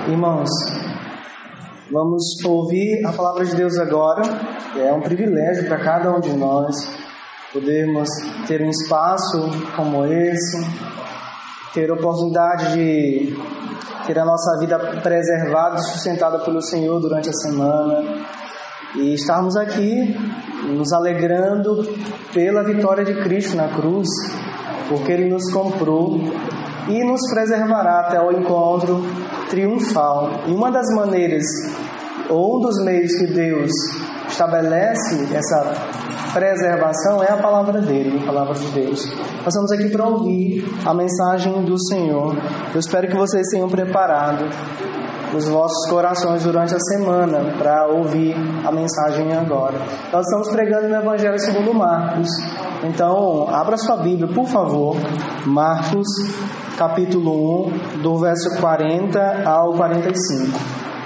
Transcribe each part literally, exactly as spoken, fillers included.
Irmãos, vamos ouvir a palavra de Deus agora. É um privilégio para cada um de nós podermos ter um espaço como esse, ter a oportunidade de ter a nossa vida preservada e sustentada pelo Senhor durante a semana e estarmos aqui nos alegrando pela vitória de Cristo na cruz, porque Ele nos comprou e nos preservará até o encontro triunfal. E uma das maneiras, ou um dos meios que Deus estabelece essa preservação é a palavra dele, a palavra de Deus. Nós estamos aqui para ouvir a mensagem do Senhor. Eu espero que vocês tenham preparado os vossos corações durante a semana para ouvir a mensagem agora. Nós estamos pregando no Evangelho segundo Marcos. Então, abra sua Bíblia, por favor. Marcos, capítulo um, do verso quarenta ao quarenta e cinco.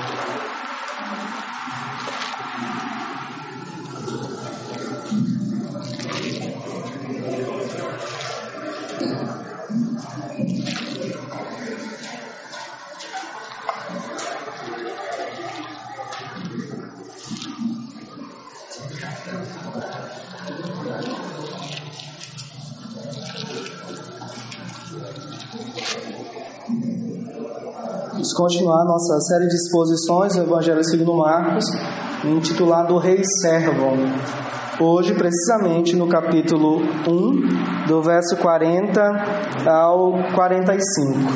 Vamos continuar nossa série de exposições no Evangelho segundo Marcos, intitulado Rei Servo. Hoje, precisamente, no capítulo um, do verso quarenta ao quarenta e cinco.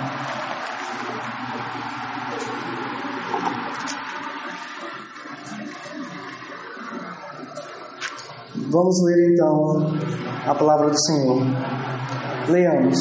Vamos ler então a palavra do Senhor. Leamos.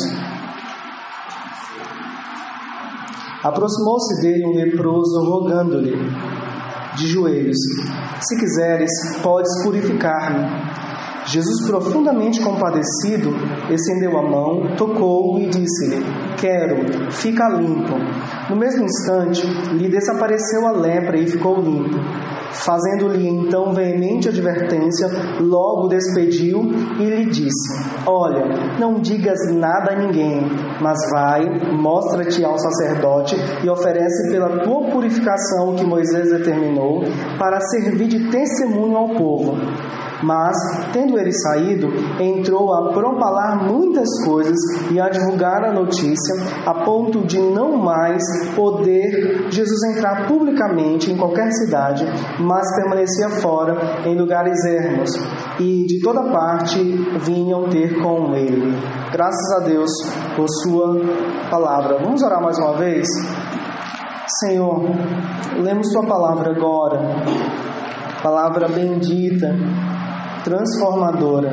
Aproximou-se dele um leproso, rogando-lhe de joelhos: se quiseres, podes purificar-me. Jesus, profundamente compadecido, estendeu a mão, tocou-o e disse-lhe: quero, fica limpo. No mesmo instante, lhe desapareceu a lepra e ficou limpo. Fazendo-lhe então veemente advertência, logo despediu e lhe disse: olha, não digas nada a ninguém, mas vai, mostra-te ao sacerdote e oferece pela tua purificação que Moisés determinou, para servir de testemunho ao povo. Mas, tendo ele saído, entrou a propalar muitas coisas e a divulgar a notícia, a ponto de não mais poder Jesus entrar publicamente em qualquer cidade, mas permanecia fora, em lugares ermos, e de toda parte vinham ter com ele. Graças a Deus por sua palavra. Vamos orar mais uma vez? Senhor, lemos tua palavra agora, palavra bendita, transformadora.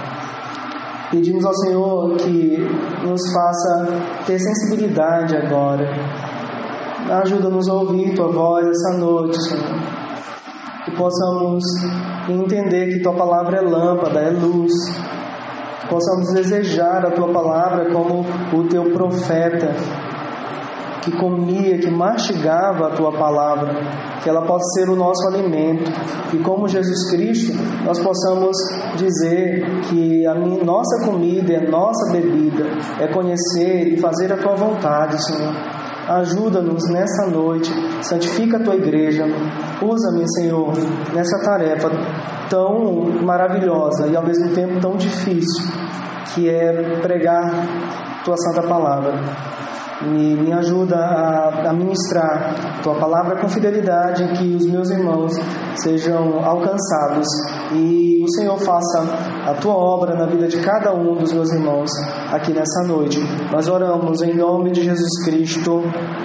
Pedimos ao Senhor que nos faça ter sensibilidade agora. Ajuda-nos a ouvir tua voz essa noite, Senhor. Que possamos entender que tua palavra é lâmpada, é luz. Que possamos desejar a tua palavra como o teu profeta, que comia, que mastigava a tua palavra, que ela possa ser o nosso alimento, e como Jesus Cristo nós possamos dizer que a minha, nossa comida e a nossa bebida é conhecer e fazer a tua vontade, Senhor. Ajuda-nos nessa noite, santifica a tua igreja, usa-me, Senhor, nessa tarefa tão maravilhosa e ao mesmo tempo tão difícil, que é pregar tua santa palavra. E me ajuda a, a ministrar tua palavra com fidelidade, que os meus irmãos sejam alcançados e o Senhor faça a tua obra na vida de cada um dos meus irmãos aqui nessa noite. Nós oramos em nome de Jesus Cristo.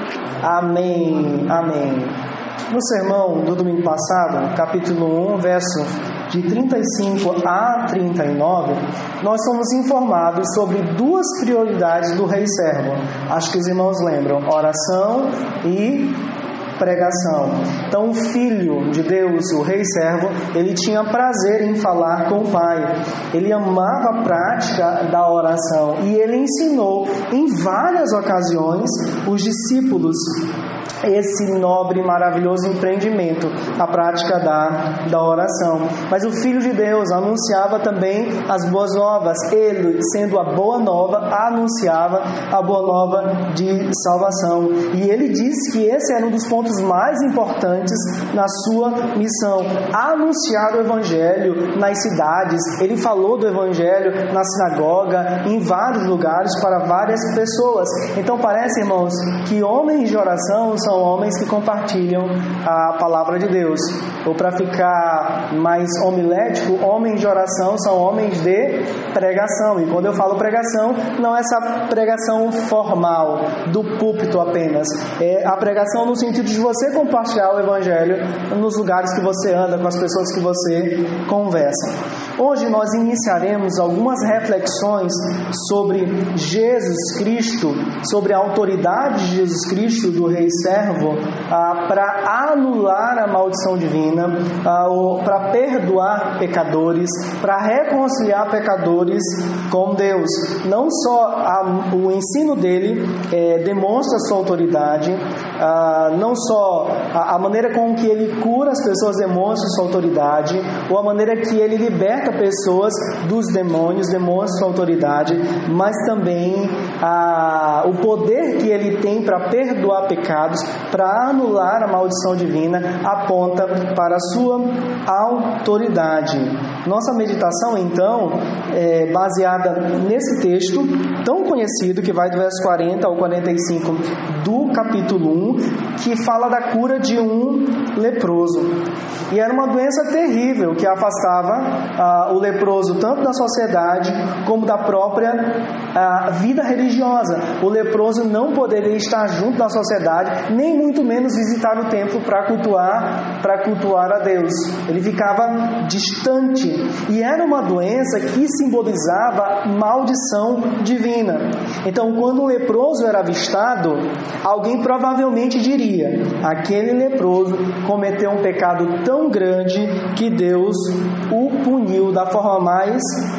Amém. Amém. No sermão do domingo passado, capítulo um, verso de trinta e cinco a trinta e nove, nós somos informados sobre duas prioridades do Rei Servo. Acho que os irmãos lembram: oração e pregação. Então, o Filho de Deus, o Rei Servo, ele tinha prazer em falar com o Pai. Ele amava a prática da oração e ele ensinou em várias ocasiões os discípulos esse nobre e maravilhoso empreendimento, a prática da, da oração. Mas o Filho de Deus anunciava também as boas novas. Ele, sendo a boa nova, anunciava a boa nova de salvação. E ele disse que esse era um dos pontos mais importantes na sua missão, anunciar o Evangelho nas cidades. Ele falou do Evangelho na sinagoga, em vários lugares, para várias pessoas. Então parece, irmãos, que homens de oração são homens que compartilham a palavra de Deus. Ou para ficar mais homilético, homens de oração são homens de pregação. E quando eu falo pregação, não é essa pregação formal, do púlpito apenas. É a pregação no sentido de você compartilhar o Evangelho nos lugares que você anda, com as pessoas que você conversa. Hoje nós iniciaremos algumas reflexões sobre Jesus Cristo, sobre a autoridade de Jesus Cristo, do Rei Servo, ah, para anular a maldição divina, ah, para perdoar pecadores, para reconciliar pecadores com Deus. Não só a, o ensino dele é, demonstra sua autoridade, ah, não só a, a maneira com que ele cura as pessoas demonstra sua autoridade, ou a maneira que ele liberta pessoas dos demônios demonstra sua autoridade, mas também ah, o poder que ele tem para perdoar pecados, para anular a maldição divina, aponta para a sua autoridade. Nossa meditação, então, é baseada nesse texto tão conhecido, que vai do verso quarenta ao quarenta e cinco do capítulo um, que fala da cura de um leproso. E era uma doença terrível que afastava ah, o leproso tanto da sociedade como da própria ah, vida religiosa. O leproso não poderia estar junto da sociedade, nem muito menos visitar o templo para cultuar, para cultuar a Deus. Ele ficava distante. E era uma doença que simbolizava maldição divina. Então, quando um leproso era avistado, alguém provavelmente diria: aquele leproso cometeu um pecado tão grande que Deus o puniu da forma mais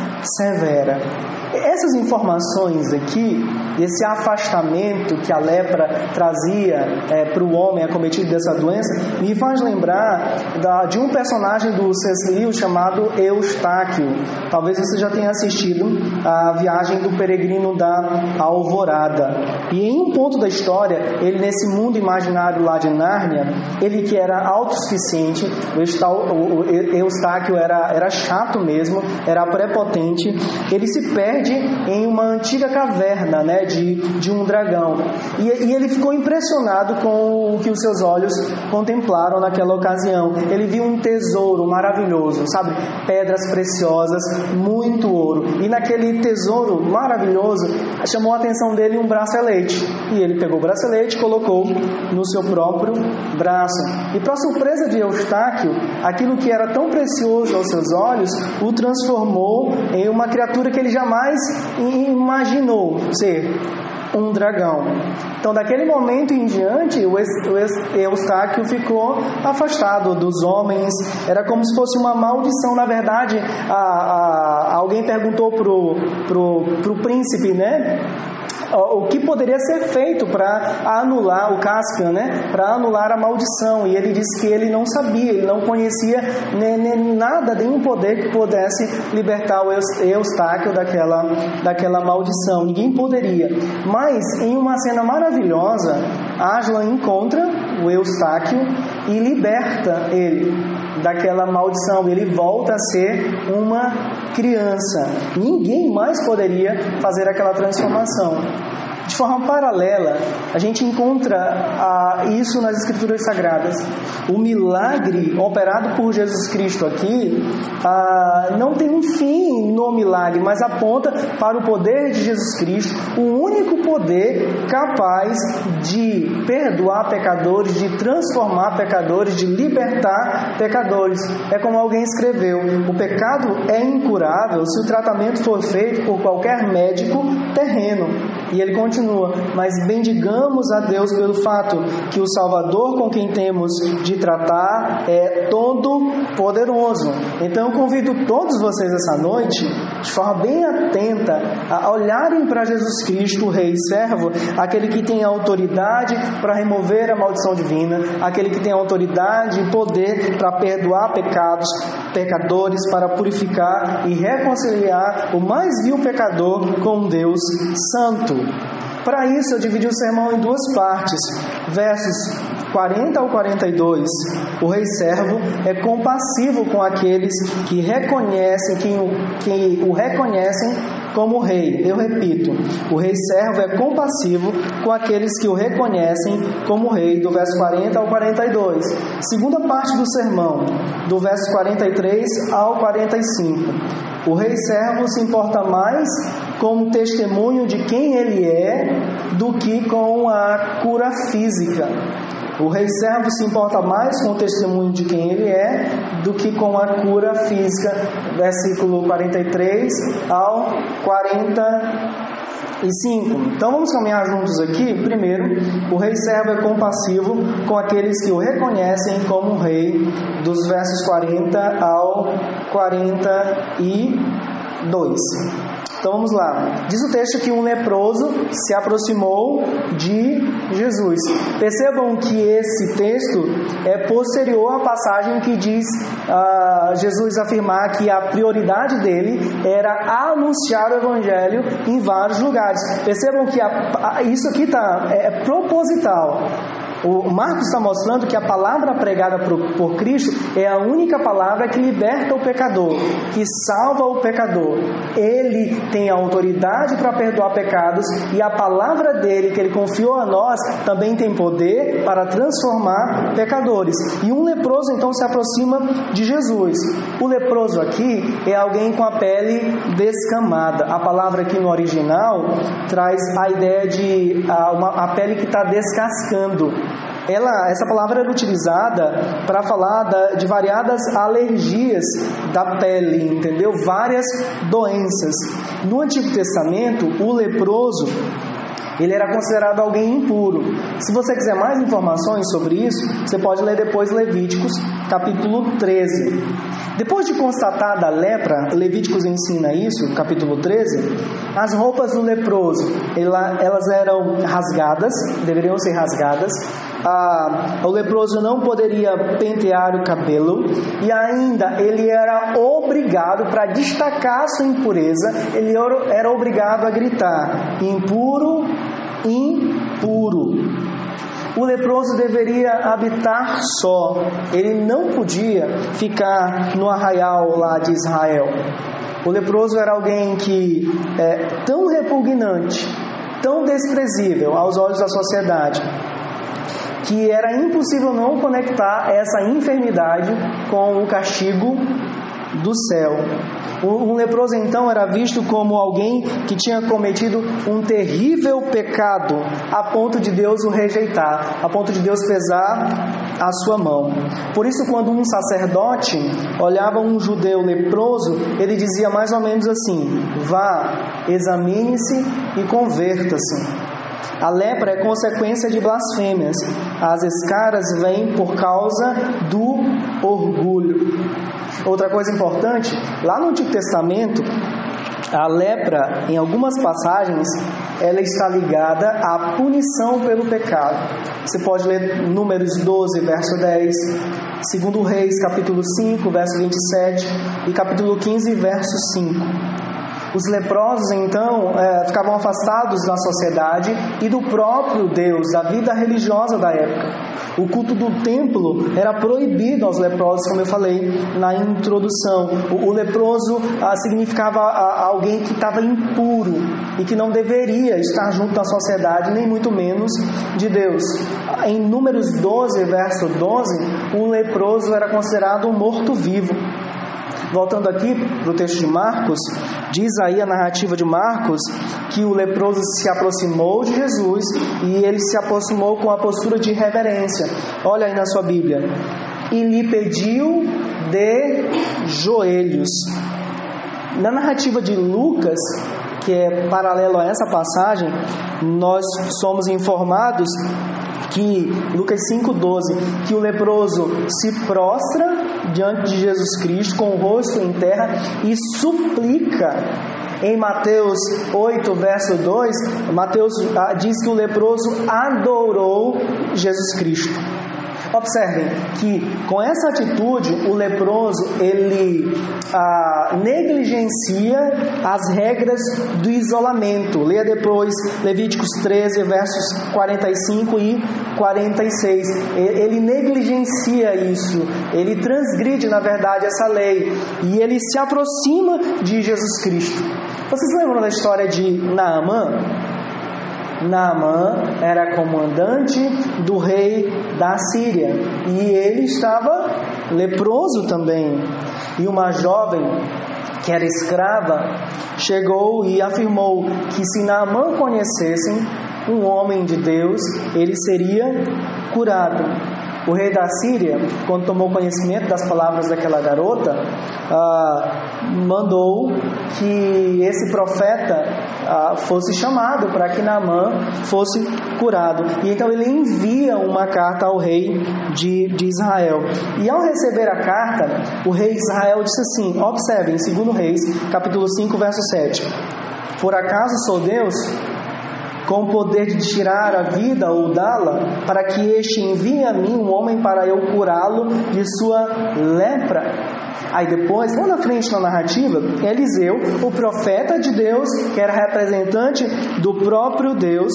severa. Essas informações aqui, esse afastamento que a lepra trazia é, para o homem acometido dessa doença, me faz lembrar da, de um personagem do C S Lewis chamado Eustáquio. Talvez você já tenha assistido a Viagem do Peregrino da Alvorada. E em um ponto da história, ele nesse mundo imaginário lá de Nárnia, ele que era autossuficiente, o Eustáquio era, era chato mesmo, era prepotente, ele se perde em uma antiga caverna, né, de, de um dragão. E, e ele ficou impressionado com o que os seus olhos contemplaram naquela ocasião. Ele viu um tesouro maravilhoso, sabe? Pedras preciosas, muito ouro. E naquele tesouro maravilhoso, chamou a atenção dele um bracelete. E ele pegou o bracelete e colocou no seu próprio braço. E para surpresa de Eustáquio, aquilo que era tão precioso aos seus olhos, o transformou em uma criatura que ele jamais imaginou ser, um dragão. Então, daquele momento em diante, o Eustáquio ficou afastado dos homens. Era como se fosse uma maldição. Na verdade, a, a, alguém perguntou pro, pro, pro príncipe, né? O que poderia ser feito para anular o Cáspio, né? Para anular a maldição. E ele disse que ele não sabia, ele não conhecia nem, nem nada, nenhum poder que pudesse libertar o Eustáquio daquela, daquela maldição. Ninguém poderia. Mas, em uma cena maravilhosa, Aslan encontra o Eustáquio e liberta ele daquela maldição. Ele volta a ser uma criança. Ninguém mais poderia fazer aquela transformação. De forma paralela, a gente encontra ah, isso nas Escrituras Sagradas. O milagre operado por Jesus Cristo aqui ah, não tem um fim no milagre, mas aponta para o poder de Jesus Cristo, o único poder capaz de perdoar pecadores, de transformar pecadores, de libertar pecadores. É como alguém escreveu: o pecado é incurável se o tratamento for feito por qualquer médico terreno. E ele continua: mas bendigamos a Deus pelo fato que o Salvador com quem temos de tratar é todo poderoso. Então eu convido todos vocês essa noite de forma bem atenta, a olharem para Jesus Cristo, o Rei e Servo, aquele que tem autoridade para remover a maldição divina, aquele que tem autoridade e poder para perdoar pecados, pecadores, para purificar e reconciliar o mais vil pecador com um Deus santo. Para isso, eu dividi o sermão em duas partes. Versos quarenta ao quarenta e dois, o Rei Servo é compassivo com aqueles que reconhecem, que o, que o reconhecem como Rei. Eu repito, o Rei Servo é compassivo com aqueles que o reconhecem como Rei, do verso quarenta ao quarenta e dois. Segunda parte do sermão, do verso quarenta e três ao quarenta e cinco. O Rei Servo se importa mais com o testemunho de quem ele é do que com a cura física. O Rei Servo se importa mais com o testemunho de quem ele é do que com a cura física. Versículo quarenta e três ao quarenta e cinco. Então vamos caminhar juntos aqui. Primeiro, o Rei Servo é compassivo com aqueles que o reconhecem como Rei, dos versos quarenta ao quarenta e dois. Então vamos lá. Diz o texto que um leproso se aproximou de Jesus. Percebam que esse texto é posterior à passagem que diz uh, Jesus afirmar que a prioridade dele era anunciar o Evangelho em vários lugares. Percebam que a, a, isso aqui tá, é, é proposital. O Marcos está mostrando que a palavra pregada por, por Cristo é a única palavra que liberta o pecador, que salva o pecador. Ele tem a autoridade para perdoar pecados e a palavra dele, que ele confiou a nós, também tem poder para transformar pecadores. E um leproso então se aproxima de Jesus. O leproso aqui é alguém com a pele descamada. A palavra aqui no original traz a ideia de a, uma, a pele que está descascando. Ela, essa palavra era utilizada para falar da, de variadas alergias da pele, entendeu? Várias doenças. No Antigo Testamento, o leproso, ele era considerado alguém impuro. Se você quiser mais informações sobre isso, você pode ler depois Levíticos, capítulo treze. Depois de constatada a lepra, Levíticos ensina isso, capítulo treze, as roupas do leproso, elas eram rasgadas, deveriam ser rasgadas. Ah, o leproso não poderia pentear o cabelo e ainda ele era obrigado, para destacar sua impureza, ele era obrigado a gritar: impuro, impuro. O leproso deveria habitar só, ele não podia ficar no arraial lá de Israel. O leproso era alguém que é tão repugnante, tão desprezível aos olhos da sociedade, que era impossível não conectar essa enfermidade com o castigo do céu. Um leproso então era visto como alguém que tinha cometido um terrível pecado, a ponto de Deus o rejeitar, a ponto de Deus pesar a sua mão. Por isso, quando um sacerdote olhava um judeu leproso, ele dizia mais ou menos assim: vá, examine-se e converta-se. A lepra é consequência de blasfêmias. As escaras vêm por causa do orgulho. Outra coisa importante, lá no Antigo Testamento, a lepra, em algumas passagens, ela está ligada à punição pelo pecado. Você pode ler Números doze, verso dez, segundo Reis, capítulo cinco, verso vinte e sete e capítulo quinze, verso cinco. Os leprosos, então, é, ficavam afastados da sociedade e do próprio Deus, da vida religiosa da época. O culto do templo era proibido aos leprosos, como eu falei na introdução. O, o leproso ah, significava ah, alguém que estava impuro e que não deveria estar junto da sociedade, nem muito menos de Deus. Em Números doze, verso doze, o leproso era considerado um morto-vivo. Voltando aqui para o texto de Marcos, diz aí a narrativa de Marcos que o leproso se aproximou de Jesus e ele se aproximou com a postura de reverência. Olha aí na sua Bíblia. E lhe pediu de joelhos. Na narrativa de Lucas, que é paralelo a essa passagem, nós somos informados que Lucas cinco, doze, que o leproso se prostra diante de Jesus Cristo com o rosto em terra e suplica. Em Mateus oito, verso dois, Mateus diz que o leproso adorou Jesus Cristo. Observem que com essa atitude o leproso ele ah, negligencia as regras do isolamento. Leia depois Levíticos treze, versos quarenta e cinco e quarenta e seis. Ele negligencia isso, ele transgride na verdade essa lei e ele se aproxima de Jesus Cristo. Vocês lembram da história de Naamã? Naamã era comandante do rei da Síria e ele estava leproso também. E uma jovem que era escrava chegou e afirmou que se Naamã conhecesse um homem de Deus, ele seria curado. O rei da Síria, quando tomou conhecimento das palavras daquela garota, ah, mandou que esse profeta ah, fosse chamado para que Naamã fosse curado. E então ele envia uma carta ao rei de, de Israel. E ao receber a carta, o rei de Israel disse assim, observem, segundo Reis, capítulo cinco, verso sete. Por acaso sou Deus, com o poder de tirar a vida ou dá-la, para que este envie a mim um homem para eu curá-lo de sua lepra? Aí depois, lá na frente na narrativa, Eliseu, o profeta de Deus, que era representante do próprio Deus,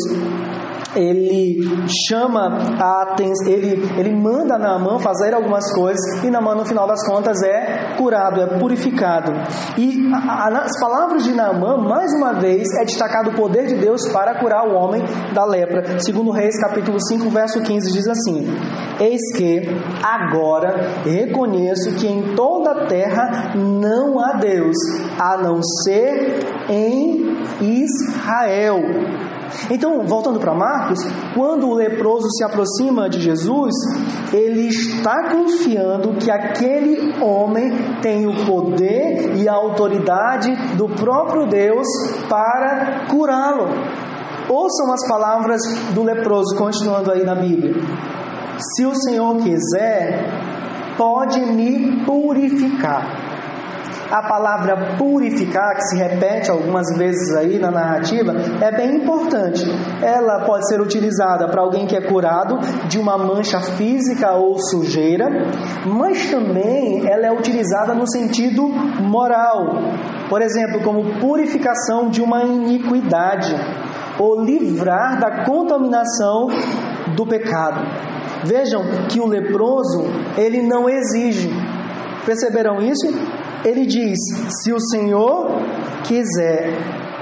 ele chama a atenção, ele, ele manda Naamã fazer algumas coisas e Naamã no final das contas é curado, é purificado. E a, a, nas palavras de Naamã, mais uma vez é destacado o poder de Deus para curar o homem da lepra. Segundo Reis capítulo cinco, verso quinze diz assim: eis que agora reconheço que em toda a terra não há Deus, a não ser em Israel. Então, voltando para Marcos, quando o leproso se aproxima de Jesus, ele está confiando que aquele homem tem o poder e a autoridade do próprio Deus para curá-lo. Ouçam as palavras do leproso, continuando aí na Bíblia. Se o Senhor quiser, pode me purificar. A palavra purificar, que se repete algumas vezes aí na narrativa, é bem importante. Ela pode ser utilizada para alguém que é curado de uma mancha física ou sujeira, mas também ela é utilizada no sentido moral. Por exemplo, como purificação de uma iniquidade, ou livrar da contaminação do pecado. Vejam que o leproso, ele não exige. Perceberam isso? Ele diz, se o Senhor quiser.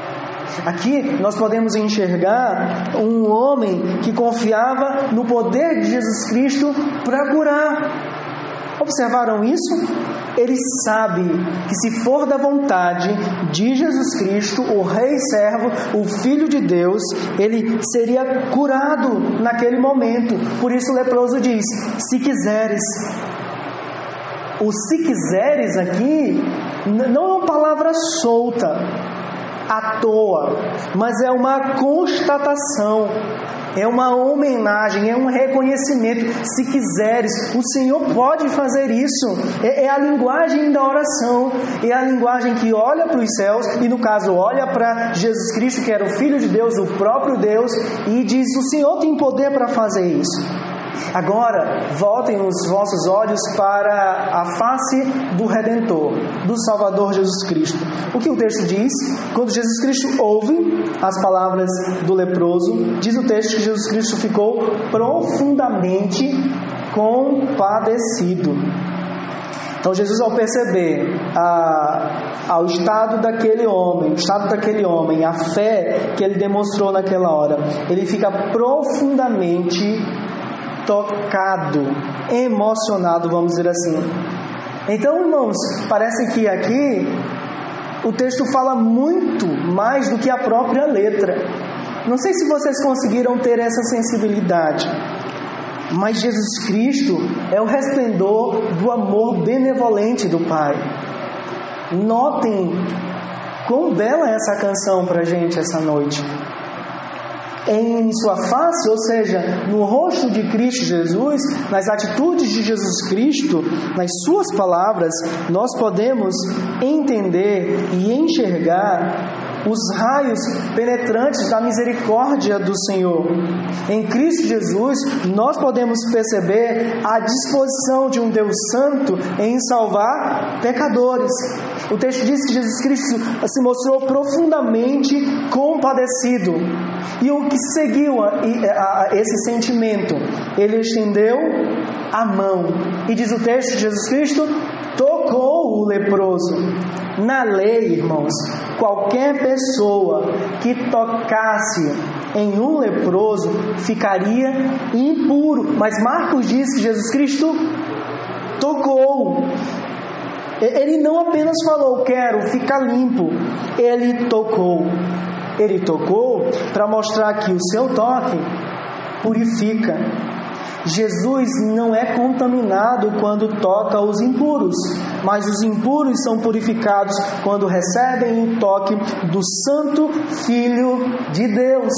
Aqui nós podemos enxergar um homem que confiava no poder de Jesus Cristo para curar. Observaram isso? Ele sabe que se for da vontade de Jesus Cristo, o Rei Servo, o Filho de Deus, ele seria curado naquele momento. Por isso o leproso diz, se quiseres. O se quiseres aqui não é uma palavra solta, à toa, mas é uma constatação, é uma homenagem, é um reconhecimento. Se quiseres, o Senhor pode fazer isso. É, é a linguagem da oração, é a linguagem que olha para os céus e no caso olha para Jesus Cristo, que era o Filho de Deus, o próprio Deus, e diz, o Senhor tem poder para fazer isso. Agora, voltem os vossos olhos para a face do Redentor, do Salvador Jesus Cristo. O que o texto diz? Quando Jesus Cristo ouve as palavras do leproso, diz o texto que Jesus Cristo ficou profundamente compadecido. Então Jesus, ao perceber a, ao estado daquele homem, o estado daquele homem, a fé que ele demonstrou naquela hora, ele fica profundamente tocado, emocionado, vamos dizer assim. Então, irmãos, parece que aqui o texto fala muito mais do que a própria letra. Não sei se vocês conseguiram ter essa sensibilidade, mas Jesus Cristo é o resplendor do amor benevolente do Pai. Notem quão bela é essa canção para a gente essa noite. em sua face, ou seja, no rosto de Cristo Jesus, nas atitudes de Jesus Cristo, nas suas palavras, nós podemos entender e enxergar os raios penetrantes da misericórdia do Senhor. Em Cristo Jesus, nós podemos perceber a disposição de um Deus Santo em salvar pecadores. O texto diz que Jesus Cristo se mostrou profundamente compadecido. E o que seguiu a, a, a esse sentimento? Ele estendeu a mão. E diz o texto, Jesus Cristo tocou o leproso. Na lei, irmãos, qualquer pessoa que tocasse em um leproso ficaria impuro. Mas Marcos diz que Jesus Cristo tocou. Ele não apenas falou, quero ficar limpo. Ele tocou. Ele tocou para mostrar que o seu toque purifica. Jesus não é contaminado quando toca os impuros, mas os impuros são purificados quando recebem o toque do Santo Filho de Deus.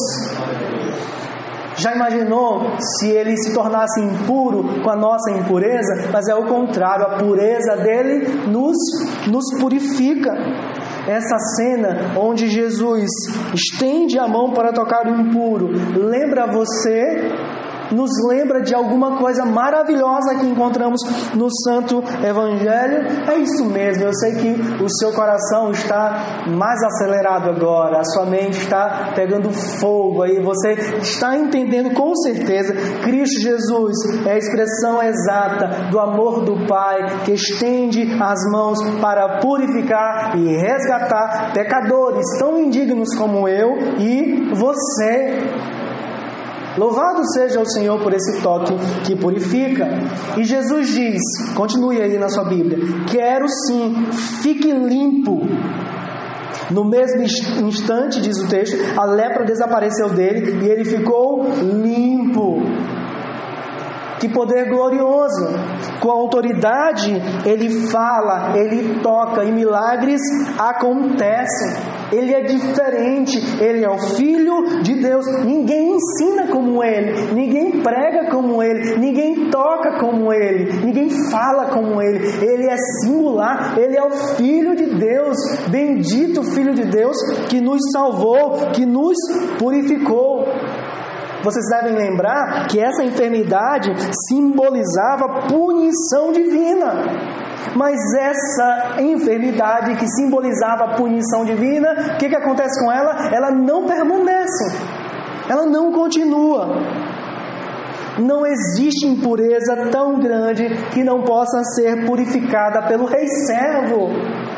Já imaginou se ele se tornasse impuro com a nossa impureza? Mas é o contrário, a pureza dele nos, nos purifica. Essa cena onde Jesus estende a mão para tocar o impuro, lembra você... nos lembra de alguma coisa maravilhosa que encontramos no Santo Evangelho? É isso mesmo, eu sei que o seu coração está mais acelerado agora, a sua mente está pegando fogo aí, você está entendendo com certeza. Cristo Jesus é a expressão exata do amor do Pai, que estende as mãos para purificar e resgatar pecadores tão indignos como eu e você. Louvado seja o Senhor por esse toque que purifica. E Jesus diz, continue aí na sua Bíblia, quero sim, fique limpo. No mesmo instante, diz o texto, a lepra desapareceu dele e ele ficou limpo. Que poder glorioso! Com autoridade ele fala, ele toca e milagres acontecem. Ele é diferente, ele é o Filho de Deus. Ninguém ensina como ele, ninguém prega como ele, ninguém toca como ele, ninguém fala como ele. Ele é singular, ele é o Filho de Deus, bendito Filho de Deus que nos salvou, que nos purificou. Vocês devem lembrar que essa enfermidade simbolizava punição divina. Mas essa enfermidade que simbolizava a punição divina, o que, que acontece com ela? Ela não permanece. Ela não continua. Não existe impureza tão grande que não possa ser purificada pelo Rei Servo.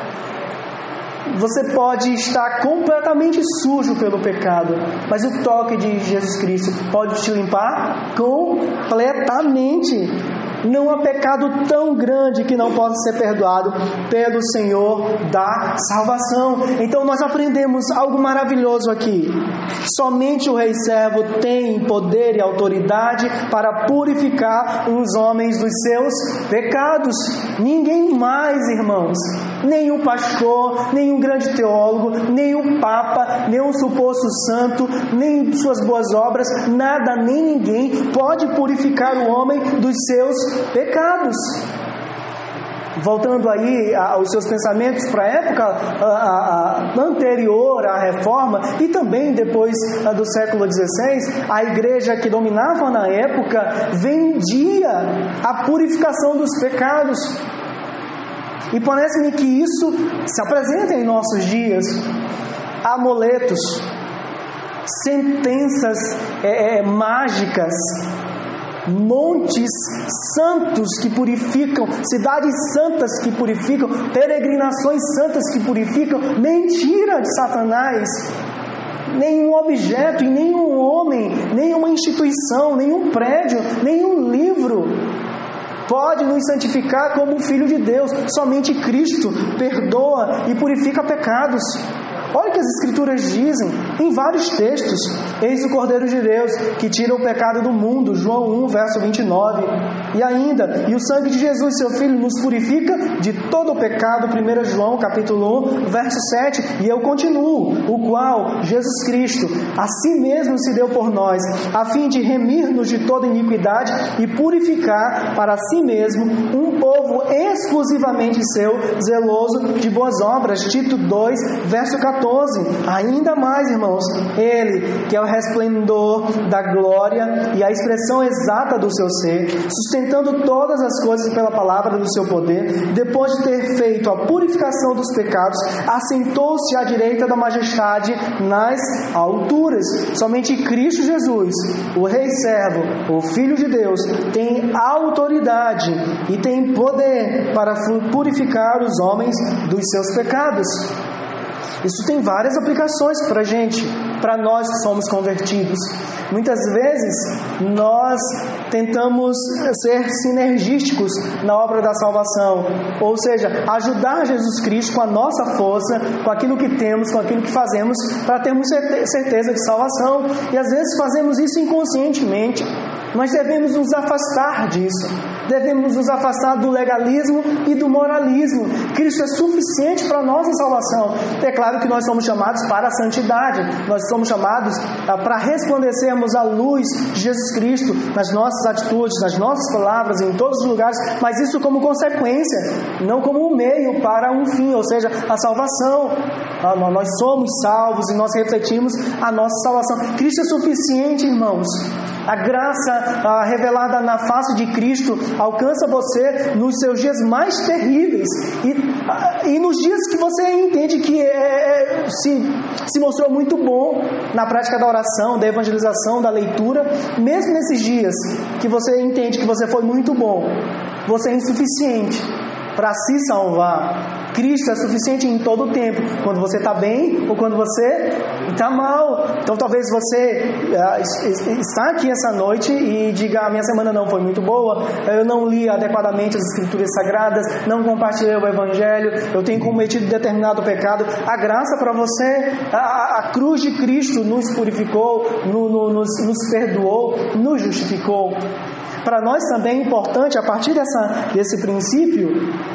Você pode estar completamente sujo pelo pecado, mas o toque de Jesus Cristo pode te limpar completamente. Não há pecado tão grande que não possa ser perdoado pelo Senhor da salvação. Então nós aprendemos algo maravilhoso aqui. Somente o Rei Servo tem poder e autoridade para purificar os homens dos seus pecados. Ninguém mais, irmãos. Nem o pastor, nem um grande teólogo, nem o Papa, nem um suposto santo, nem suas boas obras, nada, nem ninguém pode purificar o homem dos seus pecados. Voltando aí aos seus pensamentos para a época a, a, a anterior à Reforma e também depois a, do século dezesseis, a igreja que dominava na época vendia a purificação dos pecados. E parece-me que isso se apresenta em nossos dias. Amuletos, sentenças é, é, mágicas, montes santos que purificam, cidades santas que purificam, peregrinações santas que purificam. Mentira de Satanás! Nenhum objeto e nenhum homem, nenhuma instituição, nenhum prédio, nenhum livro pode nos santificar como Filho de Deus. Somente Cristo perdoa e purifica pecados. Olha o que as Escrituras dizem em vários textos. Eis o Cordeiro de Deus, que tira o pecado do mundo, João um, verso vinte e nove. E ainda, e o sangue de Jesus, seu Filho, nos purifica de todo o pecado, primeiro João, capítulo um, verso sete. E eu continuo, o qual Jesus Cristo a si mesmo se deu por nós, a fim de remir-nos de toda iniquidade e purificar para si mesmo um povo exclusivamente seu, zeloso de boas obras. Tito dois, verso catorze. Ainda mais, irmãos, Ele, que é o resplendor da glória e a expressão exata do seu ser, sustentando todas as coisas pela palavra do seu poder, depois de ter feito a purificação dos pecados, assentou-se à direita da majestade nas alturas. Somente Cristo Jesus, o Rei Servo, o Filho de Deus, tem autoridade e tem poder para purificar os homens dos seus pecados. Isso tem várias aplicações para a gente, para nós que somos convertidos. Muitas vezes nós tentamos ser sinergísticos na obra da salvação, ou seja, ajudar Jesus Cristo com a nossa força, com aquilo que temos, com aquilo que fazemos, para termos certeza de salvação. E às vezes fazemos isso inconscientemente. Nós devemos nos afastar disso. Devemos nos afastar do legalismo e do moralismo. Cristo é suficiente para a nossa salvação. É claro que nós somos chamados para a santidade. Nós somos chamados ah, para resplandecermos a luz de Jesus Cristo nas nossas atitudes, nas nossas palavras, em todos os lugares. Mas isso como consequência, não como um meio para um fim, ou seja, a salvação. Ah, nós somos salvos e nós refletimos a nossa salvação. Cristo é suficiente, irmãos. A graça ah, revelada na face de Cristo alcança você nos seus dias mais terríveis e, ah, e nos dias que você entende que é, é, se, se mostrou muito bom na prática da oração, da evangelização, da leitura. Mesmo nesses dias que você entende que você foi muito bom, você é insuficiente para se salvar. Cristo é suficiente em todo o tempo, quando você está bem ou quando você está mal. Então talvez você uh, está aqui essa noite e diga: a minha semana não foi muito boa, eu não li adequadamente as Escrituras Sagradas, não compartilhei o Evangelho, eu tenho cometido determinado pecado. A graça para você, a, a cruz de Cristo nos purificou, no, no, nos, nos perdoou, nos justificou. Para nós também é importante, a partir dessa, desse princípio,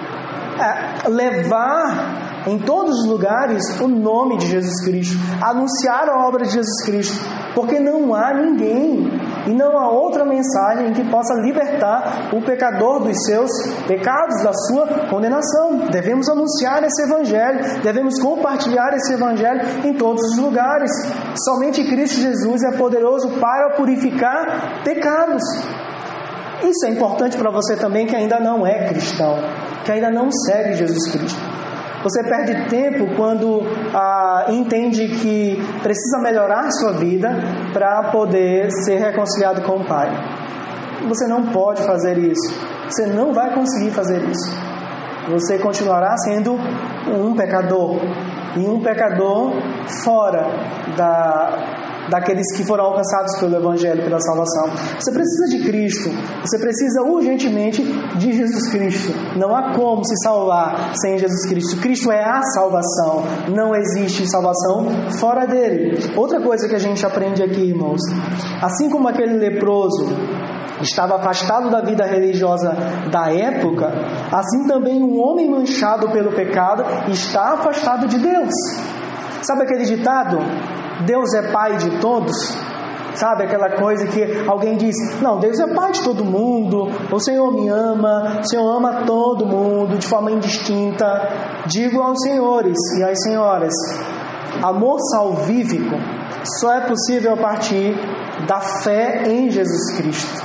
é levar em todos os lugares o nome de Jesus Cristo, anunciar a obra de Jesus Cristo, porque não há ninguém e não há outra mensagem que possa libertar o pecador dos seus pecados, da sua condenação. Devemos anunciar esse Evangelho, devemos compartilhar esse Evangelho em todos os lugares. Somente Cristo Jesus é poderoso para purificar pecados. Isso é importante para você também que ainda não é cristão, que ainda não segue Jesus Cristo. Você perde tempo quando ah, entende que precisa melhorar sua vida para poder ser reconciliado com o Pai. Você não pode fazer isso. Você não vai conseguir fazer isso. Você continuará sendo um pecador. E um pecador fora da... daqueles que foram alcançados pelo Evangelho, pela salvação. Você precisa de Cristo, você precisa urgentemente de Jesus Cristo. Não há como se salvar sem Jesus Cristo. Cristo é a salvação, não existe salvação fora dele. Outra coisa que a gente aprende aqui, irmãos, assim como aquele leproso estava afastado da vida religiosa da época, assim também um homem manchado pelo pecado está afastado de Deus. Sabe aquele ditado? Deus é Pai de todos. Sabe aquela coisa que alguém diz: não, Deus é Pai de todo mundo, o Senhor me ama, o Senhor ama todo mundo de forma indistinta. Digo aos senhores e às senhoras: amor salvífico só é possível a partir da fé em Jesus Cristo.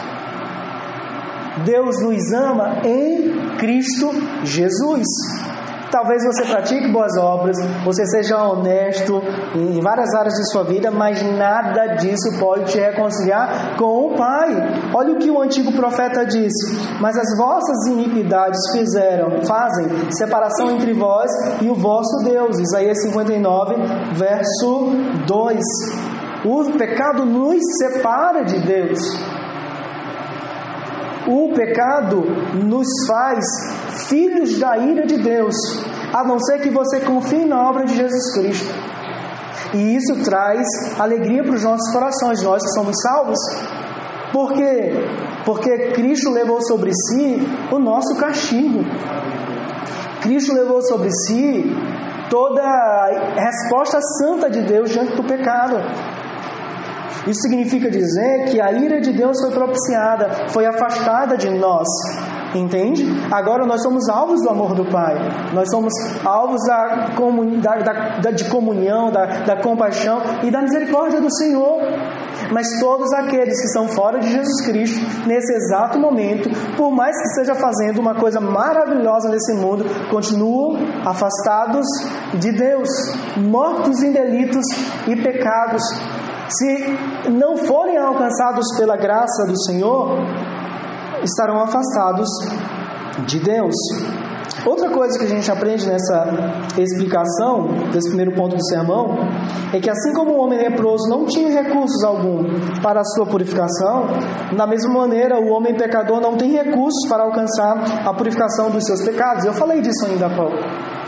Deus nos ama em Cristo Jesus. Talvez você pratique boas obras, você seja honesto em várias áreas de sua vida, mas nada disso pode te reconciliar com o Pai. Olha o que o antigo profeta disse: mas as vossas iniquidades fizeram, fazem separação entre vós e o vosso Deus. Isaías cinquenta e nove, verso dois. O pecado nos separa de Deus. O pecado nos faz filhos da ira de Deus, a não ser que você confie na obra de Jesus Cristo. E isso traz alegria para os nossos corações, nós que somos salvos. Por quê? Porque Cristo levou sobre si o nosso castigo. Cristo levou sobre si toda a resposta santa de Deus diante do pecado. Isso significa dizer que a ira de Deus foi propiciada, foi afastada de nós. Entende? Agora nós somos alvos do amor do Pai. Nós somos alvos da comunidade, da, da, de comunhão, da, da compaixão e da misericórdia do Senhor. Mas todos aqueles que estão fora de Jesus Cristo, nesse exato momento, por mais que esteja fazendo uma coisa maravilhosa nesse mundo, continuam afastados de Deus, mortos em delitos e pecados. Se não forem alcançados pela graça do Senhor, estarão afastados de Deus. Outra coisa que a gente aprende nessa explicação, desse primeiro ponto do sermão, é que assim como o homem leproso não tinha recursos algum para a sua purificação, da mesma maneira o homem pecador não tem recursos para alcançar a purificação dos seus pecados. Eu falei disso ainda há pouco.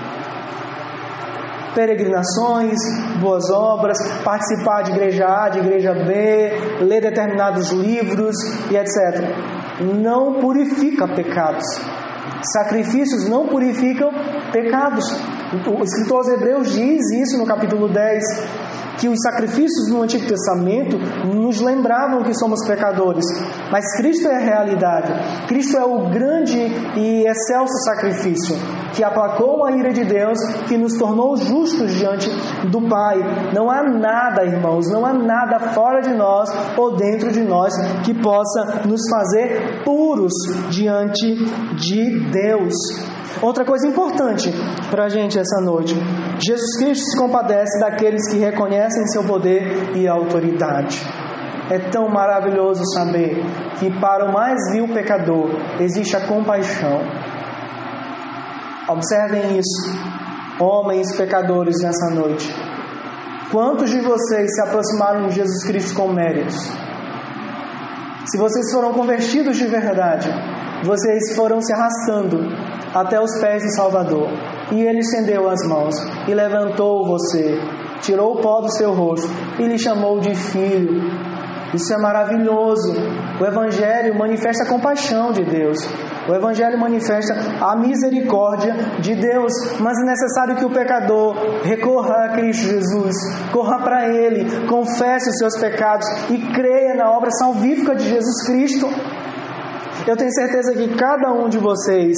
Peregrinações, boas obras, participar de igreja A, de igreja B, ler determinados livros e etcétera. Não purifica pecados. Sacrifícios não purificam pecados. O escritor aos Hebreus diz isso no capítulo dez, que os sacrifícios no Antigo Testamento nos lembravam que somos pecadores, mas Cristo é a realidade. Cristo é o grande e excelso sacrifício que aplacou a ira de Deus, que nos tornou justos diante do Pai. Não há nada, irmãos, não há nada fora de nós ou dentro de nós que possa nos fazer puros diante de Deus. Outra coisa importante para a gente essa noite: Jesus Cristo se compadece daqueles que reconhecem seu poder e autoridade. É tão maravilhoso saber que para o mais vil pecador existe a compaixão. Observem isso, homens pecadores, nessa noite. Quantos de vocês se aproximaram de Jesus Cristo com méritos? Se vocês foram convertidos de verdade, vocês foram se arrastando até os pés do Salvador, e Ele estendeu as mãos e levantou você, tirou o pó do seu rosto e lhe chamou de filho. Isso é maravilhoso. O Evangelho manifesta a compaixão de Deus. O Evangelho manifesta a misericórdia de Deus. Mas é necessário que o pecador recorra a Cristo Jesus, corra para Ele, confesse os seus pecados e creia na obra salvífica de Jesus Cristo. Eu tenho certeza que cada um de vocês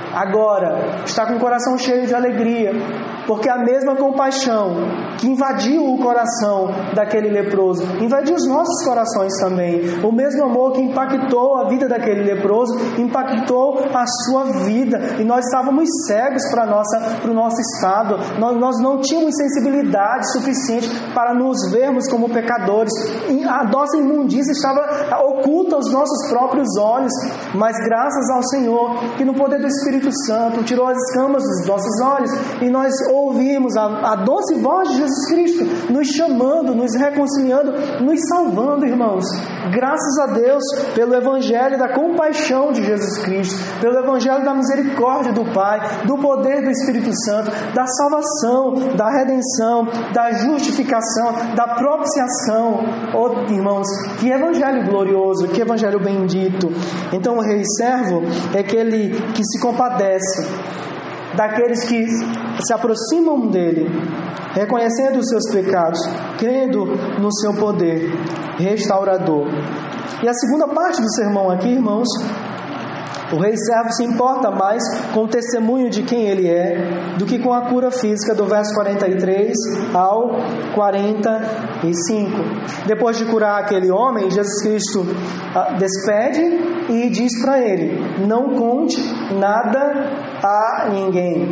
agora está com o coração cheio de alegria, porque a mesma compaixão que invadiu o coração daquele leproso invadiu os nossos corações também. O mesmo amor que impactou a vida daquele leproso impactou a sua vida, e nós estávamos cegos para o nosso estado. Nós, nós não tínhamos sensibilidade suficiente para nos vermos como pecadores. A nossa imundícia estava oculta aos nossos próprios olhos, mas graças ao Senhor, que no poder do Espírito Santo tirou as escamas dos nossos olhos, e nós ouvimos a, a doce voz de Jesus Cristo nos chamando, nos reconciliando, nos salvando, irmãos. Graças a Deus pelo Evangelho da compaixão de Jesus Cristo, pelo Evangelho da misericórdia do Pai, do poder do Espírito Santo, da salvação, da redenção, da justificação, da propiciação. Oh, irmãos, que Evangelho glorioso, que Evangelho bendito. Então o rei servo é aquele que se compadece daqueles que se aproximam dele, reconhecendo os seus pecados, crendo no seu poder restaurador. E a segunda parte do sermão aqui, irmãos, o rei servo se importa mais com o testemunho de quem ele é do que com a cura física, do verso quarenta e três ao quarenta e cinco. Depois de curar aquele homem, Jesus Cristo ah, despede e diz para ele: não conte nada a ninguém.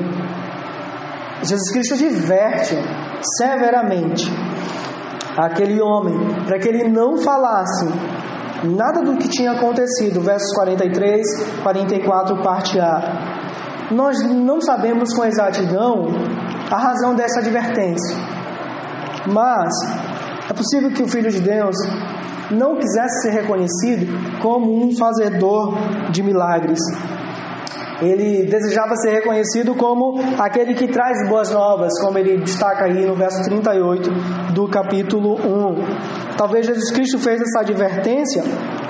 Jesus Cristo adverte severamente aquele homem para que ele não falasse nada do que tinha acontecido. Versos quarenta e três, quarenta e quatro, parte A. Nós não sabemos com exatidão a razão dessa advertência, mas é possível que o Filho de Deus não quisesse ser reconhecido como um fazedor de milagres. Ele desejava ser reconhecido como aquele que traz boas novas, como ele destaca aí no verso trinta e oito do capítulo um. Talvez Jesus Cristo fez essa advertência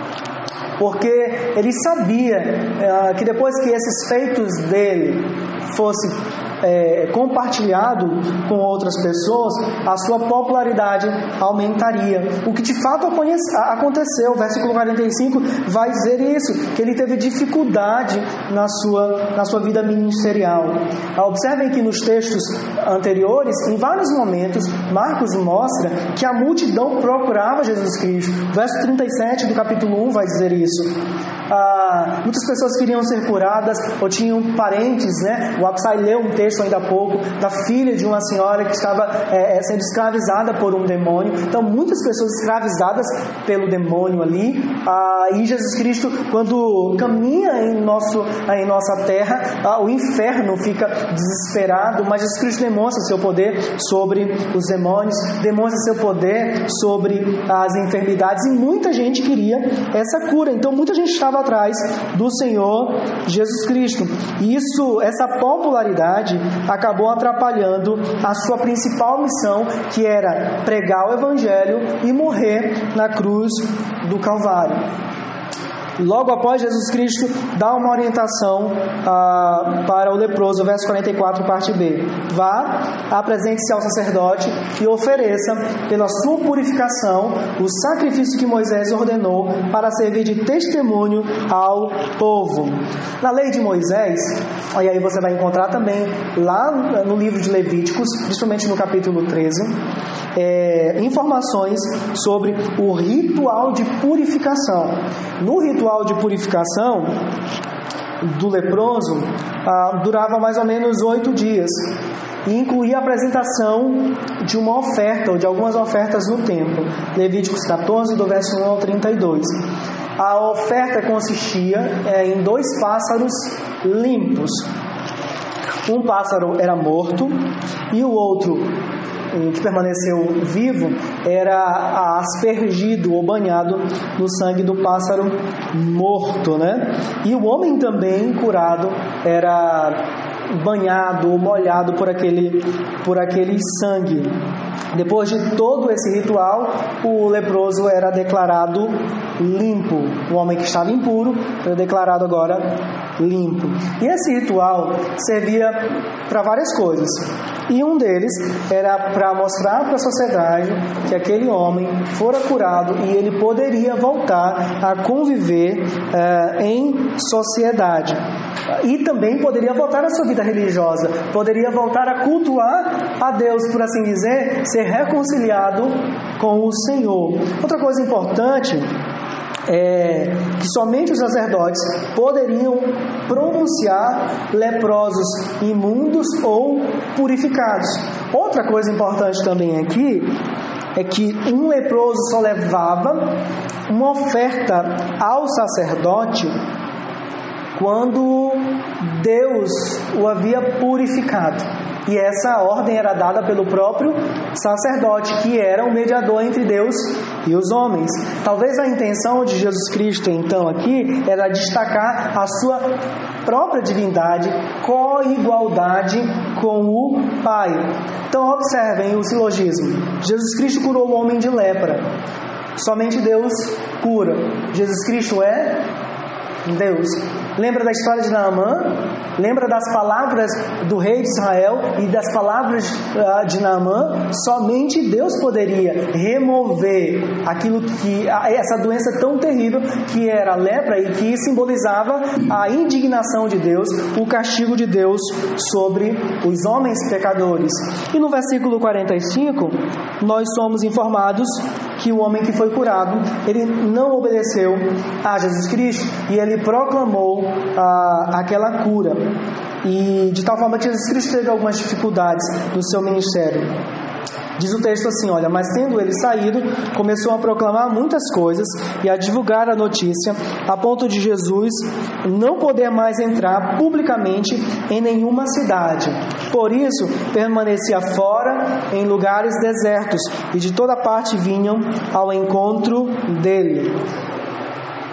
porque ele sabia uh, que depois que esses feitos dele fossem É, compartilhado com outras pessoas, a sua popularidade aumentaria. O que de fato aconteceu. O versículo quarenta e cinco vai dizer isso, que ele teve dificuldade na sua, na sua vida ministerial. Observem que nos textos anteriores, em vários momentos, Marcos mostra que a multidão procurava Jesus Cristo. O verso trinta e sete do capítulo um vai dizer isso. Ah, muitas pessoas queriam ser curadas ou tinham parentes, né? O Absai leu um texto ainda há pouco da filha de uma senhora que estava é, sendo escravizada por um demônio. Então muitas pessoas escravizadas pelo demônio ali, ah, e Jesus Cristo, quando caminha em, nosso, em nossa terra, ah, o inferno fica desesperado, mas Jesus Cristo demonstra seu poder sobre os demônios, demonstra seu poder sobre as enfermidades, e muita gente queria essa cura. Então muita gente estava atrás do Senhor Jesus Cristo. E isso, essa popularidade acabou atrapalhando a sua principal missão, que era pregar o Evangelho e morrer na cruz do Calvário. Logo após, Jesus Cristo dá uma orientação ah, para o leproso, verso quarenta e quatro, parte B. Vá, apresente-se ao sacerdote e ofereça, pela sua purificação, o sacrifício que Moisés ordenou para servir de testemunho ao povo. Na lei de Moisés, e aí você vai encontrar também lá no livro de Levíticos, principalmente no capítulo treze, é, informações sobre o ritual de purificação. No ritual de purificação do leproso, ah, durava mais ou menos oito dias e incluía a apresentação de uma oferta ou de algumas ofertas no templo. Levíticos catorze, do verso um ao trinta e dois. A oferta consistia é, em dois pássaros limpos. Um pássaro era morto e o outro, que permaneceu vivo, era aspergido ou banhado no sangue do pássaro morto, né? E o homem também curado era banhado ou molhado por aquele, por aquele sangue. Depois de todo esse ritual, o leproso era declarado limpo. O homem que estava impuro era declarado agora limpo. E esse ritual servia para várias coisas. E um deles era para mostrar para a sociedade que aquele homem fora curado e ele poderia voltar a conviver uh, em sociedade. E também poderia voltar à sua vida religiosa, poderia voltar a cultuar a Deus, por assim dizer, ser reconciliado com o Senhor. Outra coisa importante é que somente os sacerdotes poderiam pronunciar leprosos imundos ou purificados. Outra coisa importante também aqui é que um leproso só levava uma oferta ao sacerdote quando Deus o havia purificado. E essa ordem era dada pelo próprio sacerdote, que era o mediador entre Deus e os homens. Talvez a intenção de Jesus Cristo, então, aqui, era destacar a sua própria divindade, co-igualdade com o Pai. Então, observem o silogismo. Jesus Cristo curou o homem de lepra. Somente Deus cura. Jesus Cristo é Deus. Lembra da história de Naamã? Lembra das palavras do rei de Israel e das palavras de Naamã? Somente Deus poderia remover aquilo que, essa doença tão terrível que era a lepra e que simbolizava a indignação de Deus, o castigo de Deus sobre os homens pecadores. E no versículo quarenta e cinco, nós somos informados que o homem que foi curado, ele não obedeceu a Jesus Cristo e ele proclamou ah, aquela cura. E de tal forma que Jesus Cristo teve algumas dificuldades no seu ministério. Diz o texto assim, olha, mas tendo ele saído, começou a proclamar muitas coisas e a divulgar a notícia, a ponto de Jesus não poder mais entrar publicamente em nenhuma cidade. Por isso, permanecia fora em lugares desertos, e de toda parte vinham ao encontro dele.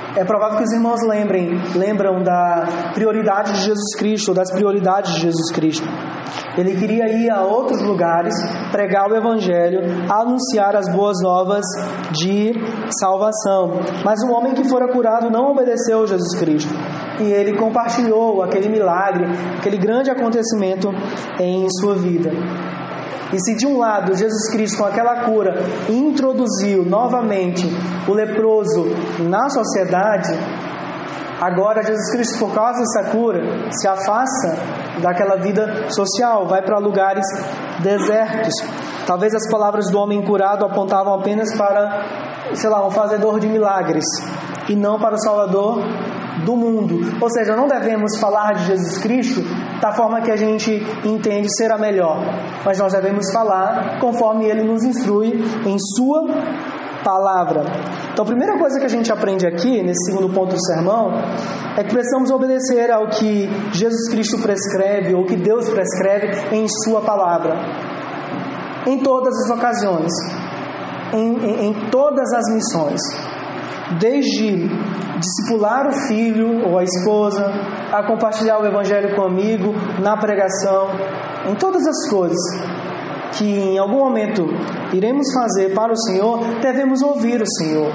É provável que os irmãos lembrem, lembram da prioridade de Jesus Cristo, ou das prioridades de Jesus Cristo. Ele queria ir a outros lugares, pregar o Evangelho, anunciar as boas novas de salvação. Mas um homem que fora curado não obedeceu a Jesus Cristo. E ele compartilhou aquele milagre, aquele grande acontecimento em sua vida. E se de um lado Jesus Cristo com aquela cura introduziu novamente o leproso na sociedade, agora Jesus Cristo, por causa dessa cura, se afasta daquela vida social, vai para lugares desertos. Talvez as palavras do homem curado apontavam apenas para, sei lá, um fazedor de milagres e não para o Salvador do mundo. Ou seja, não devemos falar de Jesus Cristo da forma que a gente entende ser a melhor, mas nós devemos falar conforme Ele nos instrui em Sua palavra. Então a primeira coisa que a gente aprende aqui, nesse segundo ponto do sermão, é que precisamos obedecer ao que Jesus Cristo prescreve, ou que Deus prescreve em Sua palavra, em todas as ocasiões, em, em, em todas as missões, desde discipular o filho ou a esposa, a compartilhar o Evangelho com o amigo, na pregação, em todas as coisas que em algum momento iremos fazer para o Senhor, devemos ouvir o Senhor.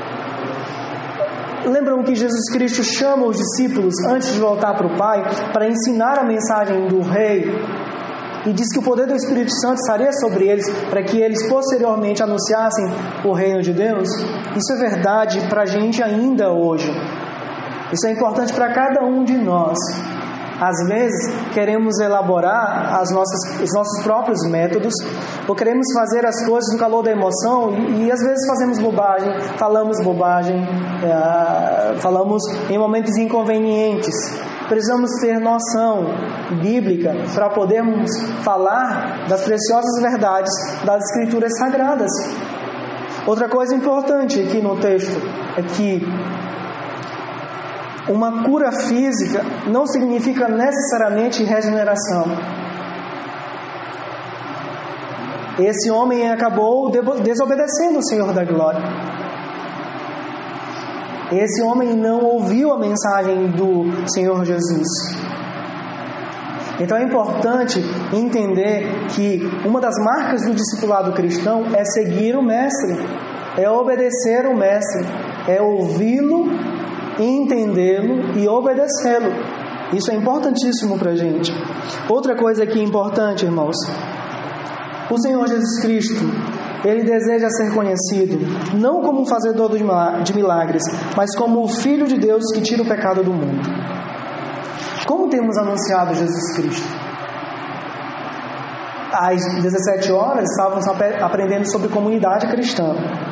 Lembram que Jesus Cristo chama os discípulos antes de voltar para o Pai para ensinar a mensagem do Rei, e diz que o poder do Espírito Santo estaria sobre eles para que eles posteriormente anunciassem o reino de Deus? Isso é verdade para a gente ainda hoje. Isso é importante para cada um de nós. Às vezes queremos elaborar as nossas, os nossos próprios métodos, ou queremos fazer as coisas no calor da emoção, e, e às vezes fazemos bobagem, falamos bobagem, é, falamos em momentos inconvenientes. Precisamos ter noção bíblica para podermos falar das preciosas verdades das Escrituras Sagradas. Outra coisa importante aqui no texto é que uma cura física não significa necessariamente regeneração. Esse homem acabou desobedecendo o Senhor da Glória. Esse homem não ouviu a mensagem do Senhor Jesus. Então é importante entender que uma das marcas do discipulado cristão é seguir o Mestre, é obedecer o Mestre, é ouvi-lo, entendê-lo e obedecê-lo. Isso é importantíssimo para a gente. Outra coisa aqui importante, irmãos, o Senhor Jesus Cristo, Ele deseja ser conhecido não como um fazedor de milagres, mas como o Filho de Deus que tira o pecado do mundo. Como temos anunciado Jesus Cristo? Às dezessete horas estávamos aprendendo sobre comunidade cristã.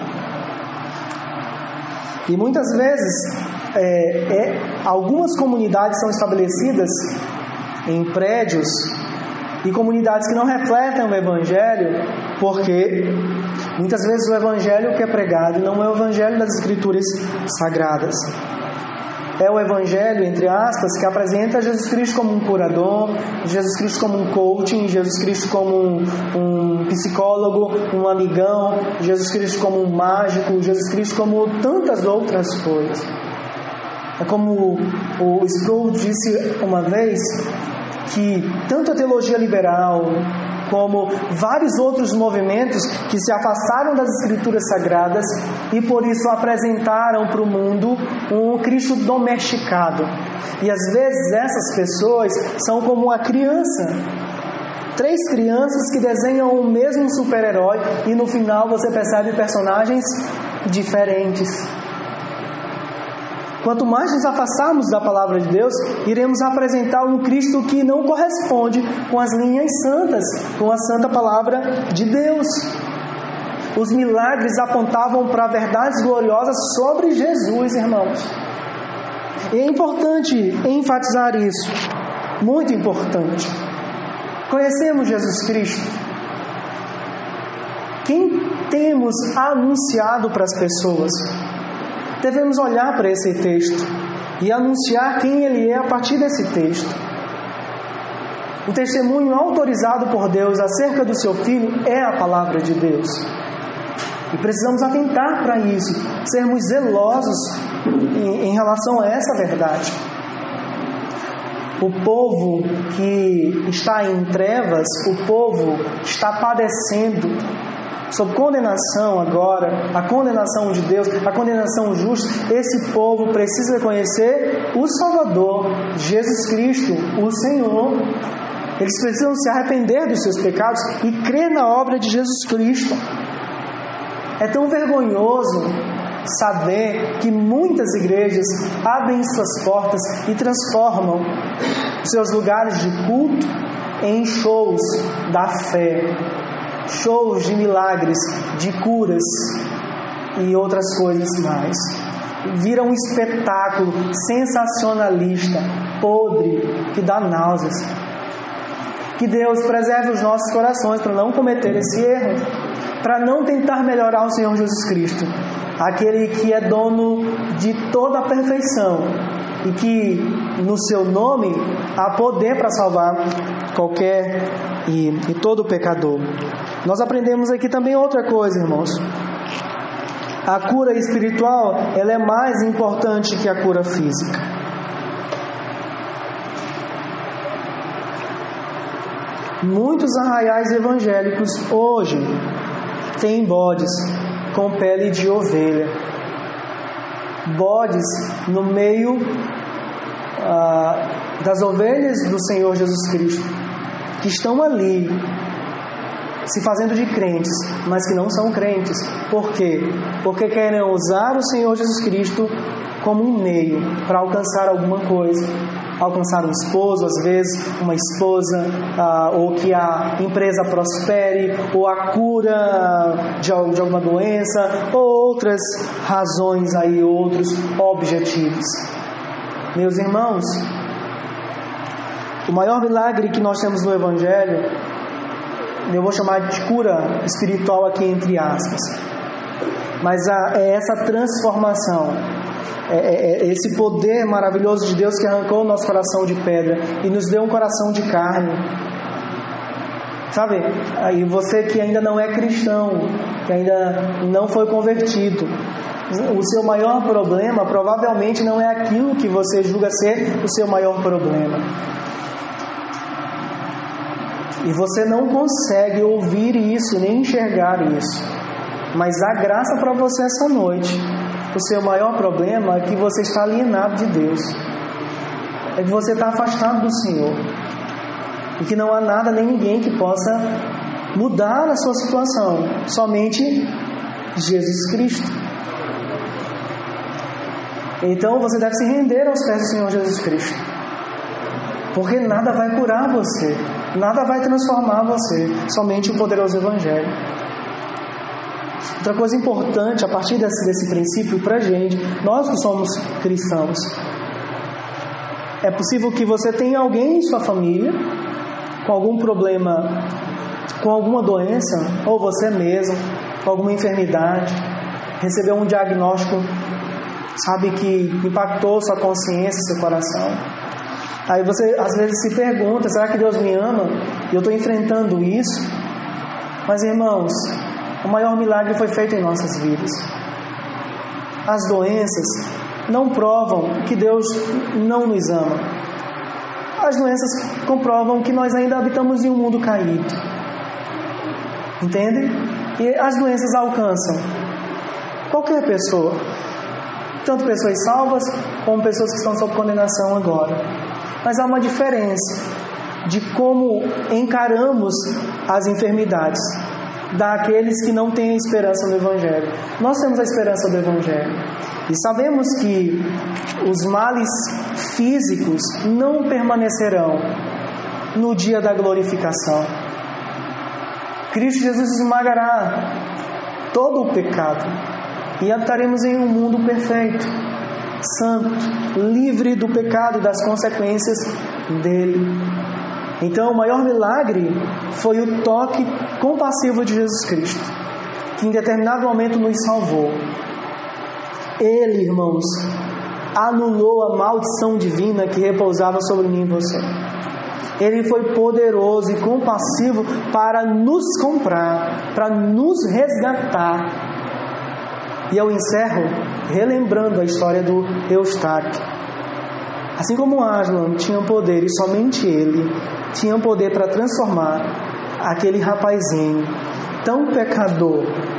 E muitas vezes é, é, algumas comunidades são estabelecidas em prédios e comunidades que não refletem o Evangelho, porque muitas vezes o Evangelho que é pregado não é o Evangelho das Escrituras Sagradas. É o Evangelho, entre aspas, que apresenta Jesus Cristo como um curador, Jesus Cristo como um coaching, Jesus Cristo como um, um psicólogo, um amigão, Jesus Cristo como um mágico, Jesus Cristo como tantas outras coisas. É como o Sproul disse uma vez, que tanto a teologia liberal como vários outros movimentos que se afastaram das Escrituras Sagradas e por isso apresentaram para o mundo um Cristo domesticado. E às vezes essas pessoas são como uma criança, três crianças que desenham o mesmo super-herói e no final você percebe personagens diferentes. Quanto mais nos afastarmos da palavra de Deus, iremos apresentar um Cristo que não corresponde com as linhas santas, com a santa palavra de Deus. Os milagres apontavam para verdades gloriosas sobre Jesus, irmãos. E é importante enfatizar isso, muito importante. Conhecemos Jesus Cristo? Quem temos anunciado para as pessoas? Devemos olhar para esse texto e anunciar quem Ele é a partir desse texto. O testemunho autorizado por Deus acerca do seu Filho é a palavra de Deus. E precisamos atentar para isso, sermos zelosos em, em relação a essa verdade. O povo que está em trevas, o povo está padecendo sob condenação agora, a condenação de Deus, a condenação justa. Esse povo precisa conhecer o Salvador, Jesus Cristo, o Senhor. Eles precisam se arrepender dos seus pecados e crer na obra de Jesus Cristo. É tão vergonhoso saber que muitas igrejas abrem suas portas e transformam seus lugares de culto em shows da fé, shows de milagres, de curas e outras coisas mais. Vira um espetáculo sensacionalista, podre, que dá náuseas. Que Deus preserve os nossos corações para não cometer esse erro, para não tentar melhorar o Senhor Jesus Cristo, aquele que é dono de toda a perfeição e que no seu nome há poder para salvar qualquer e, e todo pecador. Nós aprendemos aqui também outra coisa, irmãos. A cura espiritual, ela é mais importante que a cura física. Muitos arraiais evangélicos hoje têm bodes com pele de ovelha, bodes no meio ah, das ovelhas do Senhor Jesus Cristo, que estão ali se fazendo de crentes, mas que não são crentes. Por quê? Porque querem usar o Senhor Jesus Cristo como um meio para alcançar alguma coisa, alcançar um esposo, às vezes uma esposa, ah, ou que a empresa prospere, ou a cura de, de alguma doença, ou outras razões aí, outros objetivos. Meus irmãos, o maior milagre que nós temos no Evangelho, eu vou chamar de cura espiritual aqui entre aspas, mas a, é essa transformação, é, é, é esse poder maravilhoso de Deus que arrancou o nosso coração de pedra e nos deu um coração de carne. Sabe, aí você que ainda não é cristão, que ainda não foi convertido, o seu maior problema provavelmente não é aquilo que você julga ser o seu maior problema. E você não consegue ouvir isso, nem enxergar isso. Mas há graça para você essa noite. O seu maior problema é que você está alienado de Deus. É que você está afastado do Senhor. E que não há nada nem ninguém que possa mudar a sua situação. Somente Jesus Cristo. Então você deve se render aos pés do Senhor Jesus Cristo. Porque nada vai curar você. Nada vai transformar você, somente o poderoso Evangelho. Outra coisa importante, a partir desse, desse princípio para a gente, nós que somos cristãos, é possível que você tenha alguém em sua família com algum problema, com alguma doença, ou você mesmo, com alguma enfermidade, recebeu um diagnóstico, sabe, que impactou sua consciência, seu coração. Aí você às vezes se pergunta, será que Deus me ama? E eu estou enfrentando isso? Mas irmãos, o maior milagre foi feito em nossas vidas. As doenças não provam que Deus não nos ama. As doenças comprovam que nós ainda habitamos em um mundo caído. Entende? E as doenças alcançam qualquer pessoa. Tanto pessoas salvas, como pessoas que estão sob condenação agora. Mas há uma diferença de como encaramos as enfermidades daqueles que não têm a esperança no Evangelho. Nós temos a esperança do Evangelho. E sabemos que os males físicos não permanecerão no dia da glorificação. Cristo Jesus esmagará todo o pecado e habitaremos em um mundo perfeito, santo, livre do pecado e das consequências dele. Então o maior milagre foi o toque compassivo de Jesus Cristo, que em determinado momento nos salvou. Ele, irmãos, anulou a maldição divina que repousava sobre mim e você. Ele foi poderoso e compassivo para nos comprar, para nos resgatar E eu encerro relembrando a história do Eustáquio. Assim como Aslan tinha poder, e somente ele tinha poder para transformar aquele rapazinho tão pecador,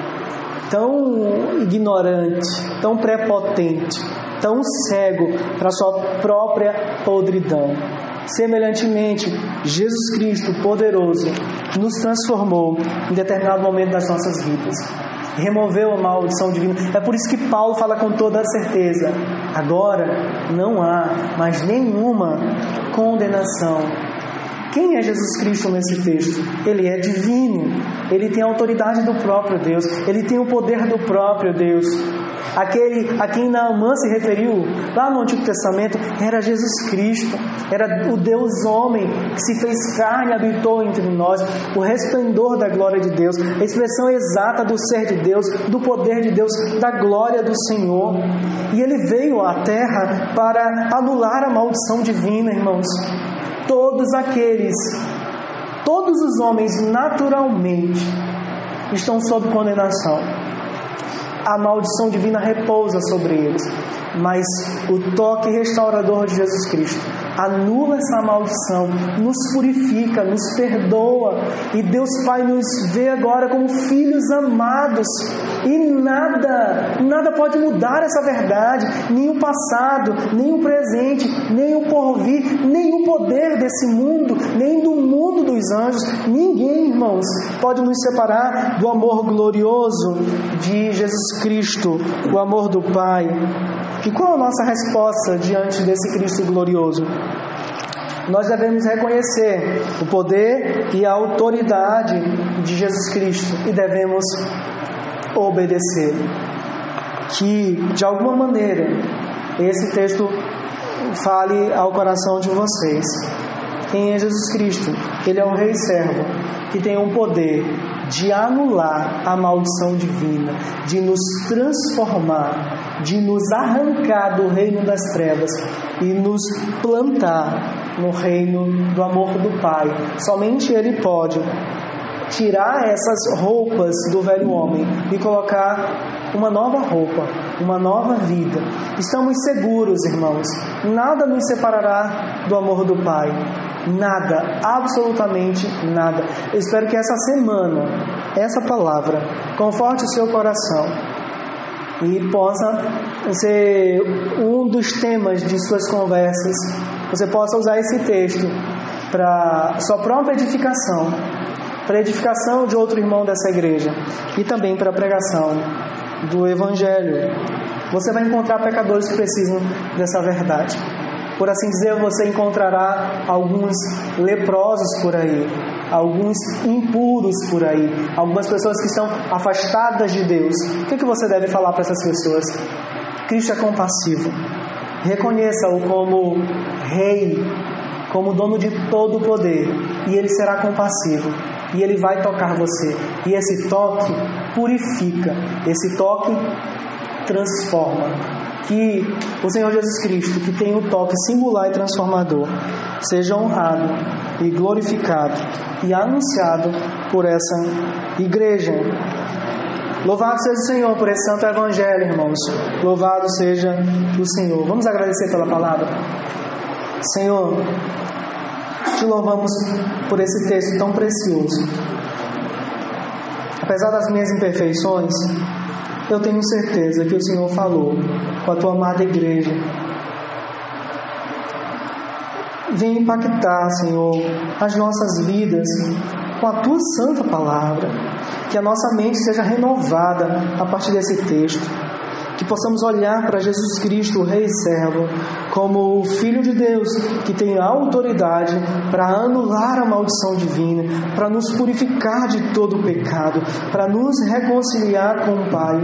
tão ignorante, tão prepotente, tão cego para sua própria podridão. Semelhantemente, Jesus Cristo, poderoso, nos transformou em determinado momento das nossas vidas. Removeu a maldição divina. É por isso que Paulo fala com toda a certeza: agora não há mais nenhuma condenação. Quem é Jesus Cristo nesse texto? Ele é divino. Ele tem a autoridade do próprio Deus. Ele tem o poder do próprio Deus. Aquele a quem Naamã se referiu lá no Antigo Testamento era Jesus Cristo. Era o Deus homem que se fez carne e habitou entre nós. O resplendor da glória de Deus. A expressão exata do ser de Deus, do poder de Deus, da glória do Senhor. E ele veio à terra para anular a maldição divina, irmãos. Todos aqueles, todos os homens naturalmente estão sob condenação. A maldição divina repousa sobre eles, mas o toque restaurador de Jesus Cristo anula essa maldição, nos purifica, nos perdoa, e Deus Pai nos vê agora como filhos amados, e nada, nada pode mudar essa verdade, nem o passado, nem o presente, nem o porvir, nem o poder desse mundo, nem do mundo dos anjos. Ninguém, irmãos, pode nos separar do amor glorioso de Jesus Cristo, o amor do Pai. E qual a nossa resposta diante desse Cristo glorioso? Nós devemos reconhecer o poder e a autoridade de Jesus Cristo e devemos obedecer. Que, de alguma maneira, esse texto fale ao coração de vocês. Quem é Jesus Cristo? Ele é um rei servo que tem um poder de anular a maldição divina, de nos transformar, de nos arrancar do reino das trevas e nos plantar no reino do amor do Pai. Somente Ele pode tirar essas roupas do velho homem e colocar uma nova roupa, uma nova vida. Estamos seguros, irmãos, nada nos separará do amor do Pai. Nada, absolutamente nada. Eu espero que essa semana, essa palavra, conforte o seu coração e possa ser um dos temas de suas conversas. Você possa usar esse texto para sua própria edificação, para a edificação de outro irmão dessa igreja e também para a pregação do Evangelho. Você vai encontrar pecadores que precisam dessa verdade. Por assim dizer, você encontrará alguns leprosos por aí, alguns impuros por aí, algumas pessoas que estão afastadas de Deus. O que, que você deve falar para essas pessoas? Cristo é compassivo. Reconheça-o como Rei, como dono de todo o poder, e Ele será compassivo. E Ele vai tocar você. E esse toque purifica, esse toque transforma. Que o Senhor Jesus Cristo, que tem o toque singular e transformador, seja honrado e glorificado e anunciado por essa igreja. Louvado seja o Senhor por esse santo evangelho, irmãos. Louvado seja o Senhor. Vamos agradecer pela palavra. Senhor, te louvamos por esse texto tão precioso. Apesar das minhas imperfeições, eu tenho certeza que o Senhor falou com a tua amada igreja. Vem impactar, Senhor, as nossas vidas com a tua santa palavra. Que a nossa mente seja renovada a partir desse texto. Que possamos olhar para Jesus Cristo, o Rei Servo, como o Filho de Deus, que tem a autoridade para anular a maldição divina, para nos purificar de todo o pecado, para nos reconciliar com o Pai.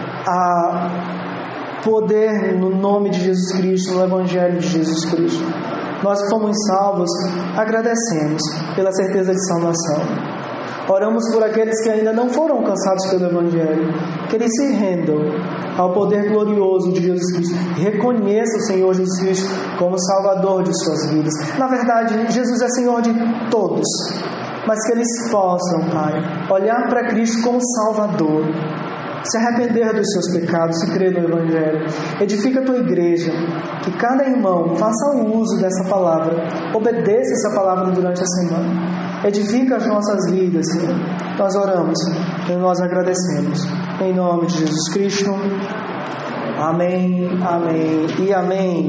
A poder no nome de Jesus Cristo, no Evangelho de Jesus Cristo. Nós que fomos salvos, agradecemos pela certeza de salvação. Oramos por aqueles que ainda não foram alcançados pelo Evangelho, que eles se rendam ao poder glorioso de Jesus Cristo. Reconheça o Senhor Jesus Cristo como Salvador de suas vidas. Na verdade, Jesus é Senhor de todos, mas que eles possam, Pai, olhar para Cristo como Salvador se arrepender dos seus pecados e crer no Evangelho. Edifica a tua igreja, que cada irmão faça o uso dessa palavra, obedeça essa palavra durante a semana. Edifica as nossas vidas, Senhor. Nós oramos e nós agradecemos. Em nome de Jesus Cristo. Amém, amém e amém.